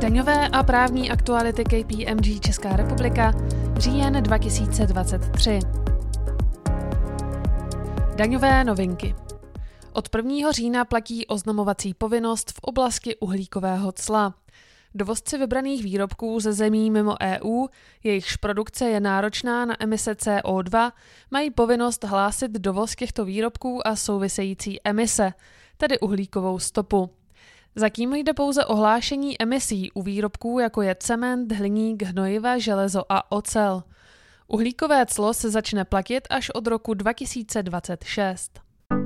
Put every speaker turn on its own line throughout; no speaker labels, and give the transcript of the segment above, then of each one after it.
Daňové a právní aktuality KPMG Česká republika, říjen 2023. Daňové novinky. Od 1. října platí oznamovací povinnost v oblasti uhlíkového cla. Dovozci vybraných výrobků ze zemí mimo EU, jejichž produkce je náročná na emise CO2, mají povinnost hlásit dovoz těchto výrobků a související emise, tedy uhlíkovou stopu. Zatím jde pouze o hlášení emisí u výrobků, jako je cement, hliník, hnojiva, železo a ocel. Uhlíkové clo se začne platit až od roku 2026.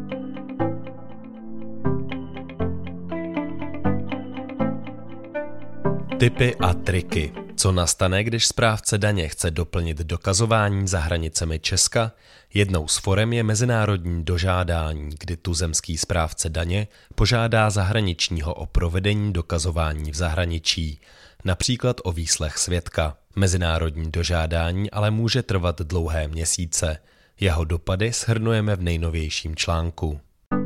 Tipy a triky. Co nastane, když správce daně chce doplnit dokazování za hranicemi Česka? Jednou z forem je mezinárodní dožádání, kdy tuzemský správce daně požádá zahraničního o provedení dokazování v zahraničí, například o výslech svědka. Mezinárodní dožádání ale může trvat dlouhé měsíce. Jeho dopady shrnujeme v nejnovějším článku.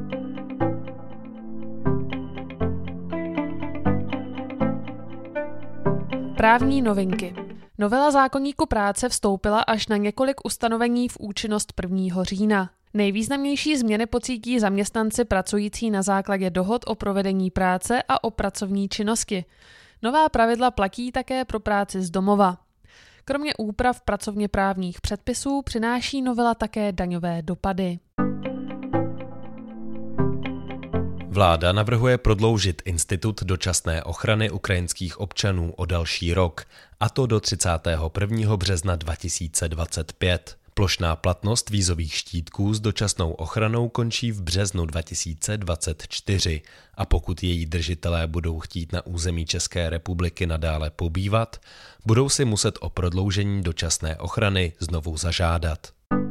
Právní novinky. Novela zákoníku práce vstoupila až na několik ustanovení v účinnost 1. října. Nejvýznamnější změny pocítí zaměstnanci pracující na základě dohod o provedení práce a o pracovní činnosti. Nová pravidla platí také pro práci z domova. Kromě úprav pracovně právních předpisů přináší novela také daňové dopady.
Vláda navrhuje prodloužit institut dočasné ochrany ukrajinských občanů o další rok, a to do 31. března 2025. Plošná platnost vízových štítků s dočasnou ochranou končí v březnu 2024 a pokud její držitelé budou chtít na území České republiky nadále pobývat, budou si muset o prodloužení dočasné ochrany znovu zažádat.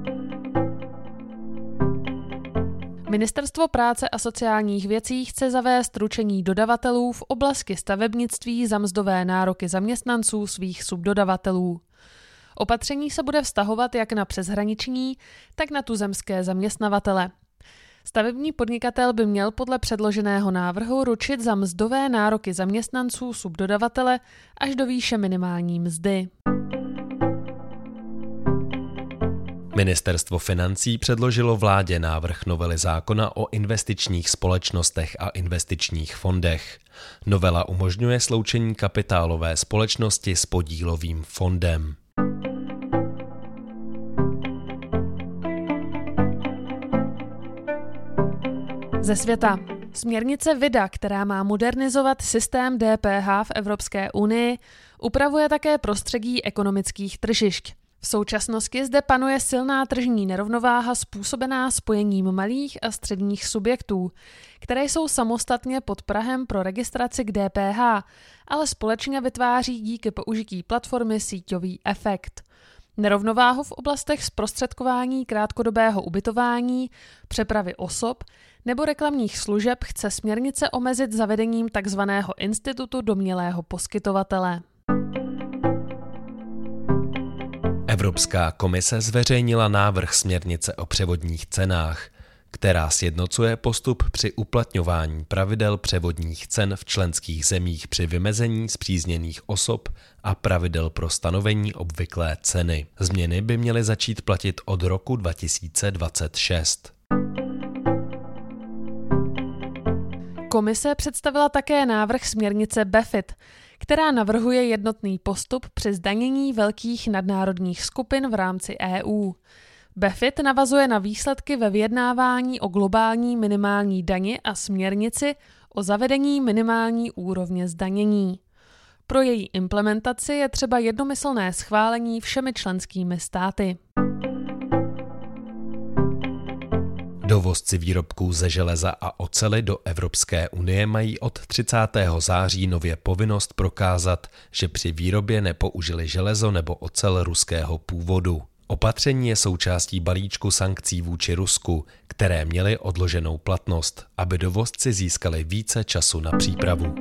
Ministerstvo práce a sociálních věcí chce zavést ručení dodavatelů v oblasti stavebnictví za mzdové nároky zaměstnanců svých subdodavatelů. Opatření se bude vztahovat jak na přeshraniční, tak na tuzemské zaměstnavatele. Stavební podnikatel by měl podle předloženého návrhu ručit za mzdové nároky zaměstnanců subdodavatele až do výše minimální mzdy.
Ministerstvo financí předložilo vládě návrh novely zákona o investičních společnostech a investičních fondech. Novela umožňuje sloučení kapitálové společnosti s podílovým fondem.
Ze světa. Směrnice VIDA, která má modernizovat systém DPH v Evropské unii, upravuje také prostředí ekonomických tržišť. V současnosti zde panuje silná tržní nerovnováha způsobená spojením malých a středních subjektů, které jsou samostatně pod prahem pro registraci k DPH, ale společně vytváří díky použití platformy síťový efekt. Nerovnováhu v oblastech zprostředkování krátkodobého ubytování, přepravy osob nebo reklamních služeb chce směrnice omezit zavedením tzv. Institutu domnělého poskytovatele.
Evropská komise zveřejnila návrh směrnice o převodních cenách, která sjednocuje postup při uplatňování pravidel převodních cen v členských zemích při vymezení spřízněných osob a pravidel pro stanovení obvyklé ceny. Změny by měly začít platit od roku 2026.
Komise představila také návrh směrnice BEFIT, která navrhuje jednotný postup při zdanění velkých nadnárodních skupin v rámci EU. BEFIT navazuje na výsledky ve vyjednávání o globální minimální dani a směrnici o zavedení minimální úrovně zdanění. Pro její implementaci je třeba jednomyslné schválení všemi členskými státy.
Dovozci výrobků ze železa a oceli do Evropské unie mají od 30. září nově povinnost prokázat, že při výrobě nepoužili železo nebo ocel ruského původu. Opatření je součástí balíčku sankcí vůči Rusku, které měly odloženou platnost, aby dovozci získali více času na přípravu.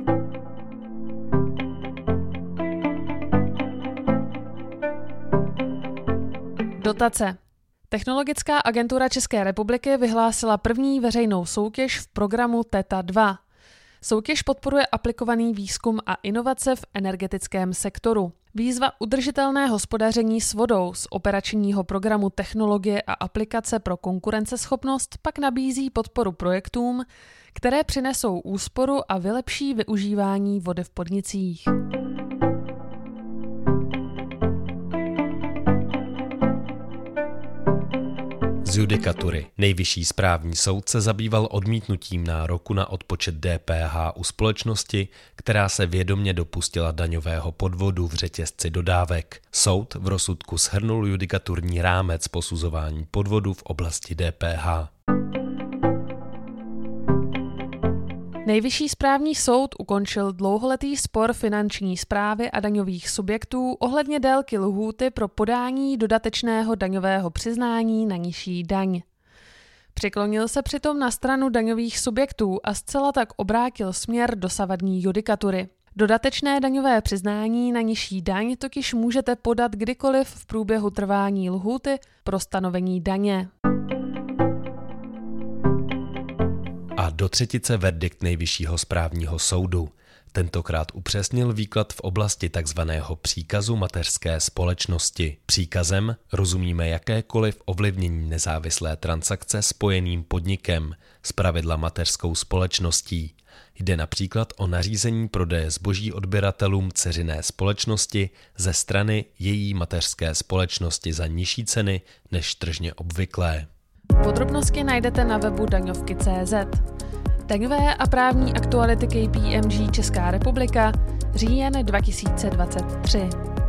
Dotace. Technologická agentura České republiky vyhlásila první veřejnou soutěž v programu TETA 2. Soutěž podporuje aplikovaný výzkum a inovace v energetickém sektoru. Výzva udržitelné hospodaření s vodou z operačního programu Technologie a aplikace pro konkurenceschopnost pak nabízí podporu projektům, které přinesou úsporu a vylepší využívání vody v podnicích.
Z judikatury. Nejvyšší správní soud se zabýval odmítnutím nároku na odpočet DPH u společnosti, která se vědomě dopustila daňového podvodu v řetězci dodávek. Soud v rozsudku shrnul judikaturní rámec posuzování podvodu v oblasti DPH.
Nejvyšší správní soud ukončil dlouholetý spor finanční správy a daňových subjektů ohledně délky lhůty pro podání dodatečného daňového přiznání na nižší daň. Přiklonil se přitom na stranu daňových subjektů a zcela tak obrátil směr dosavadní judikatury. Dodatečné daňové přiznání na nižší daň totiž můžete podat kdykoliv v průběhu trvání lhůty pro stanovení daně.
A do třetice verdikt Nejvyššího správního soudu. Tentokrát upřesnil výklad v oblasti takzvaného příkazu mateřské společnosti. Příkazem rozumíme jakékoliv ovlivnění nezávislé transakce spojeným podnikem, zpravidla mateřskou společností. Jde například o nařízení prodeje zboží odběratelům dceřiné společnosti ze strany její mateřské společnosti za nižší ceny než tržně obvyklé.
Podrobnosti najdete na webu daňovky.cz. Daňové a právní aktuality KPMG Česká republika, říjen 2023.